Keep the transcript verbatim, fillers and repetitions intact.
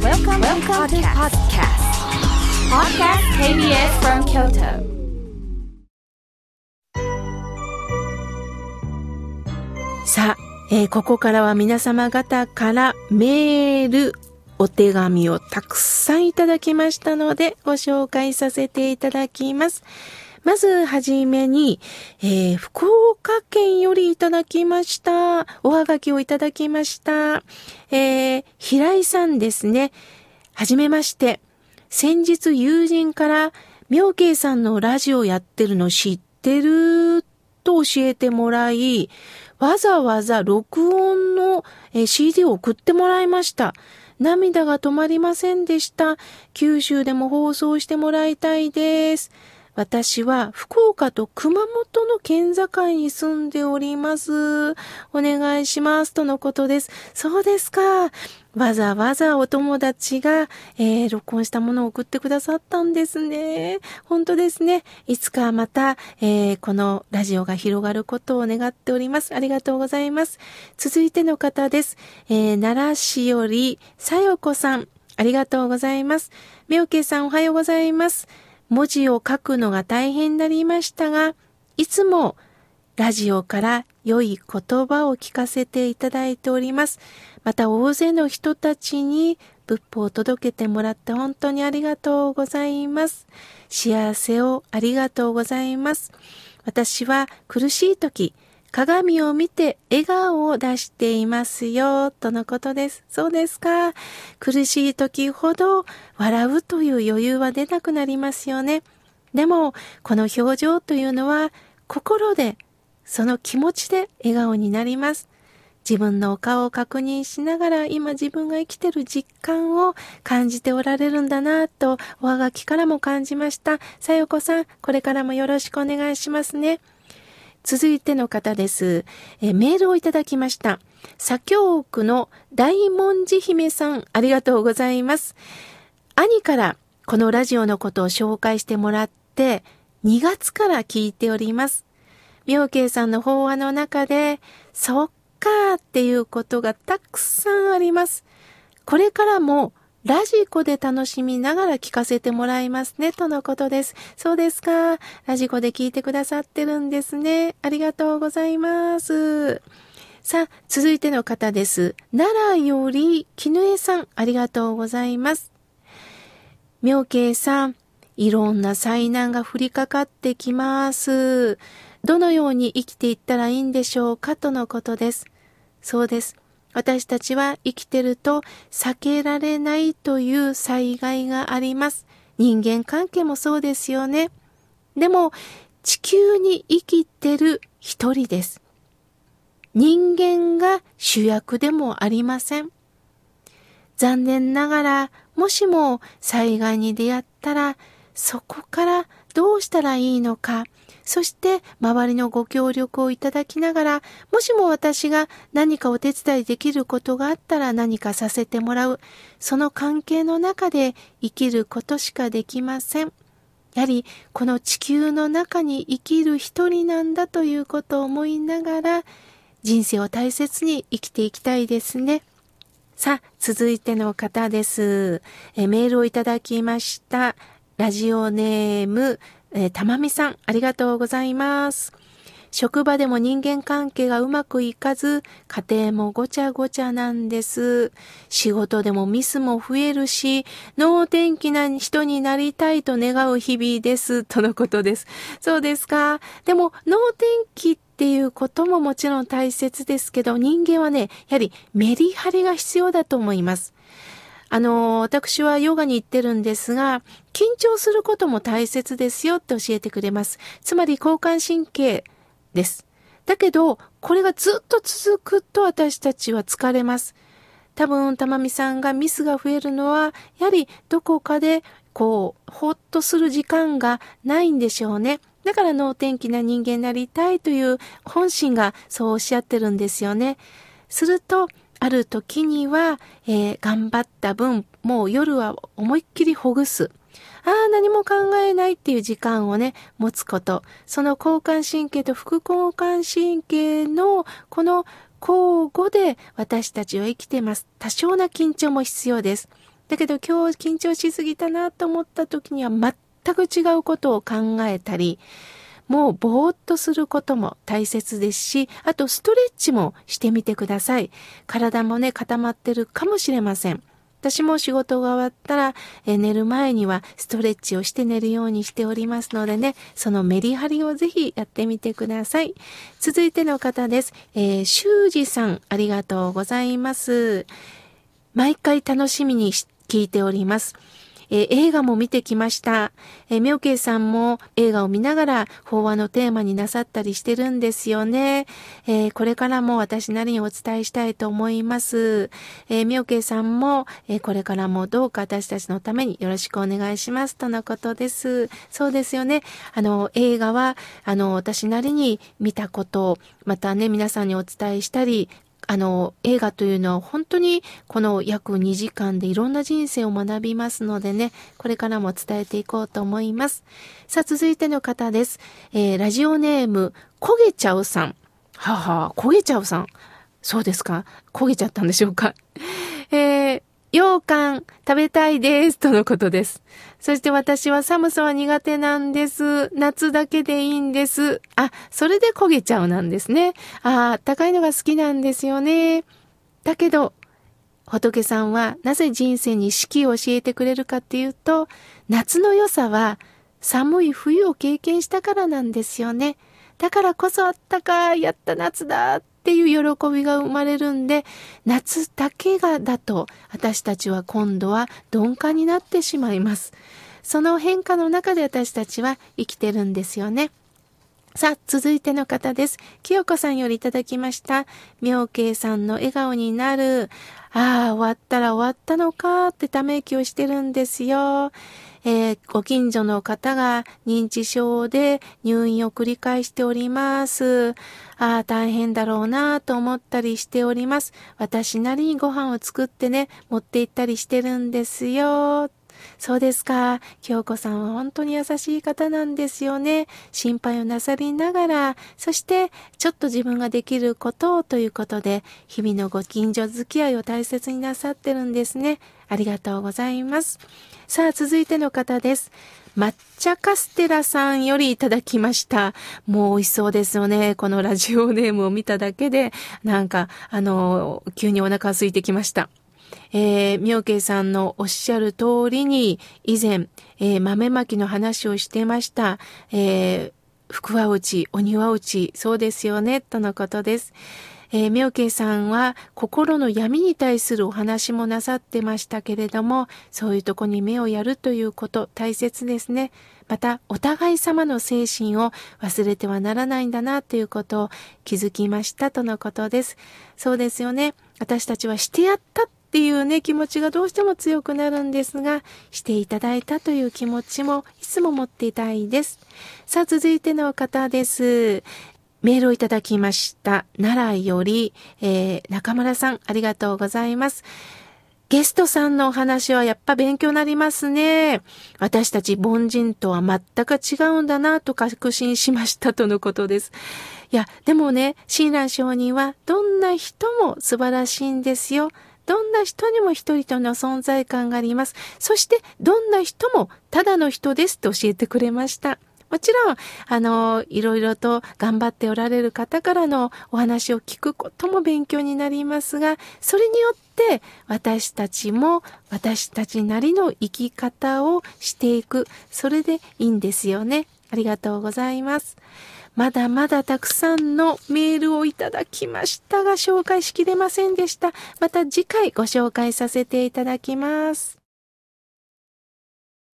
Welcome, Welcome to podcast. Podcast ケービーエス from Kyoto. さあ、えー、ここからは皆様方からメール、お手紙をたくさんいただきましたのでご紹介させていただきます。まずはじめに、えー、福岡県よりいただきました。おはがきをいただきました。えー、平井さんですね。はじめまして。先日友人から妙慶さんのラジオやってるの知ってると教えてもらい、わざわざ録音の シーディー を送ってもらいました。涙が止まりませんでした。九州でも放送してもらいたいです。私は福岡と熊本の県境に住んでおります。お願いしますとのことです。そうですか。わざわざお友達が、えー、録音したものを送ってくださったんですね。本当ですね。いつかまた、えー、このラジオが広がることを願っております。ありがとうございます。続いての方です。えー、奈良市よりさよこさん。ありがとうございます。妙慶さんおはようございます。文字を書くのが大変になりましたが、いつもラジオから良い言葉を聞かせていただいております。また大勢の人たちに仏法を届けてもらって本当にありがとうございます。幸せをありがとうございます。私は苦しい時、鏡を見て笑顔を出していますよ、とのことです。そうですか。苦しい時ほど笑うという余裕は出なくなりますよね。でも、この表情というのは心で、その気持ちで笑顔になります。自分のお顔を確認しながら今自分が生きている実感を感じておられるんだなとおはがきからも感じました。さよこさん、これからもよろしくお願いしますね。続いての方です。えメールをいただきました。左京区の大文字姫さん、ありがとうございます。兄からこのラジオのことを紹介してもらってにがつから聞いております。妙慶さんの法話の中でそっかーっていうことがたくさんあります。これからもラジコで楽しみながら聞かせてもらいますね、とのことです。そうですか。ラジコで聞いてくださってるんですね。ありがとうございます。さあ、続いての方です。奈良より絹江さん、ありがとうございます。妙慶さん、いろんな災難が降りかかってきます。どのように生きていったらいいんでしょうか、とのことです。そうです。私たちは生きてると避けられないという災害があります。人間関係もそうですよね。でも地球に生きてる一人です。人間が主役でもありません。残念ながらもしも災害に出会ったらそこからどうしたらいいのか、そして周りのご協力をいただきながら、もしも私が何かお手伝いできることがあったら何かさせてもらう。その関係の中で生きることしかできません。やはりこの地球の中に生きる一人なんだということを思いながら、人生を大切に生きていきたいですね。さあ、続いての方です。えメールをいただきました。ラジオネーム、えー、たまみさん、ありがとうございます。職場でも人間関係がうまくいかず、家庭もごちゃごちゃなんです。仕事でもミスも増えるし、能天気な人になりたいと願う日々です。とのことです。そうですか。でも、能天気っていうことももちろん大切ですけど、人間はね、やはりメリハリが必要だと思います。あの、私はヨガに行ってるんですが、緊張することも大切ですよって教えてくれます。つまり交感神経です。だけど、これがずっと続くと私たちは疲れます。多分、たまみさんがミスが増えるのは、やはりどこかで、こう、ほっとする時間がないんでしょうね。だから能天気な人間になりたいという本心がそうおっしゃってるんですよね。すると、ある時には、えー、頑張った分、もう夜は思いっきりほぐす。ああ、何も考えないっていう時間をね、持つこと。その交感神経と副交感神経のこの交互で私たちは生きています。多少な緊張も必要です。 だけど今日緊張しすぎたなと思った時には全く違うことを考えたり、もうぼーっとすることも大切ですし、あとストレッチもしてみてください。体もね、固まってるかもしれません。私も仕事が終わったら、え寝る前にはストレッチをして寝るようにしておりますのでね、そのメリハリをぜひやってみてください。続いての方です。えー、修二さん、ありがとうございます。毎回楽しみに聞いております。えー、映画も見てきました。えー、みょうけいさんも映画を見ながら法話のテーマになさったりしてるんですよね。えー、これからも私なりにお伝えしたいと思います。えー、みょうけいさんも、えー、これからもどうか私たちのためによろしくお願いしますとのことです。そうですよね。あの、映画は、あの、私なりに見たことを、またね、皆さんにお伝えしたり、あの、映画というのは本当にこの約にじかんでいろんな人生を学びますのでね、これからも伝えていこうと思います。さあ、続いての方です。えー、ラジオネーム、焦げちゃうさん。はは、焦げちゃうさん。そうですか？焦げちゃったんでしょうか？えー、羊羹食べたいですとのことです。そして私は寒さは苦手なんです。夏だけでいいんです。あ、それで焦げちゃうなんですね。ああ、高いのが好きなんですよね。だけど、仏さんはなぜ人生に四季を教えてくれるかっていうと、夏の良さは寒い冬を経験したからなんですよね。だからこそあったかい、やった夏だっていう喜びが生まれるんで、夏だけがだと私たちは今度は鈍感になってしまいます。その変化の中で私たちは生きてるんですよね。さあ、続いての方です。清子さんよりいただきました。妙慶さんの笑顔になる。ああ、終わったら終わったのかってため息をしてるんですよ。えー、ご近所の方が認知症で入院を繰り返しております。ああ、大変だろうなと思ったりしております。私なりにご飯を作ってね、持って行ったりしてるんですよ。そうですか。京子さんは本当に優しい方なんですよね。心配をなさりながら、そしてちょっと自分ができることをということで、日々のご近所付き合いを大切になさってるんですね。ありがとうございます。さあ、続いての方です。抹茶カステラさんよりいただきました。もう美味しそうですよね。このラジオネームを見ただけで、なんか、あの、急にお腹空いてきました。えー、妙慶さんのおっしゃる通りに、以前、えー、豆まきの話をしていました。えー、福は内、鬼は内、そうですよね、とのことです。えー、妙慶さんは心の闇に対するお話もなさってましたけれども、そういうとこに目をやるということ大切ですね。またお互い様の精神を忘れてはならないんだなということを気づきましたとのことです。そうですよね。私たちはしてやったっていうね気持ちがどうしても強くなるんですが、していただいたという気持ちもいつも持っていたいです。さあ続いての方です。メールをいただきました。奈良より、えー、中村さん、ありがとうございます。ゲストさんのお話はやっぱ勉強になりますね。私たち凡人とは全く違うんだなと確信しましたとのことです。いや、でもね、親鸞上人はどんな人も素晴らしいんですよ。どんな人にも一人との存在感があります。そしてどんな人もただの人ですと教えてくれました。もちろん、あの、いろいろと頑張っておられる方からのお話を聞くことも勉強になりますが、それによって私たちも私たちなりの生き方をしていく。それでいいんですよね。ありがとうございます。まだまだたくさんのメールをいただきましたが、紹介しきれませんでした。また次回ご紹介させていただきます。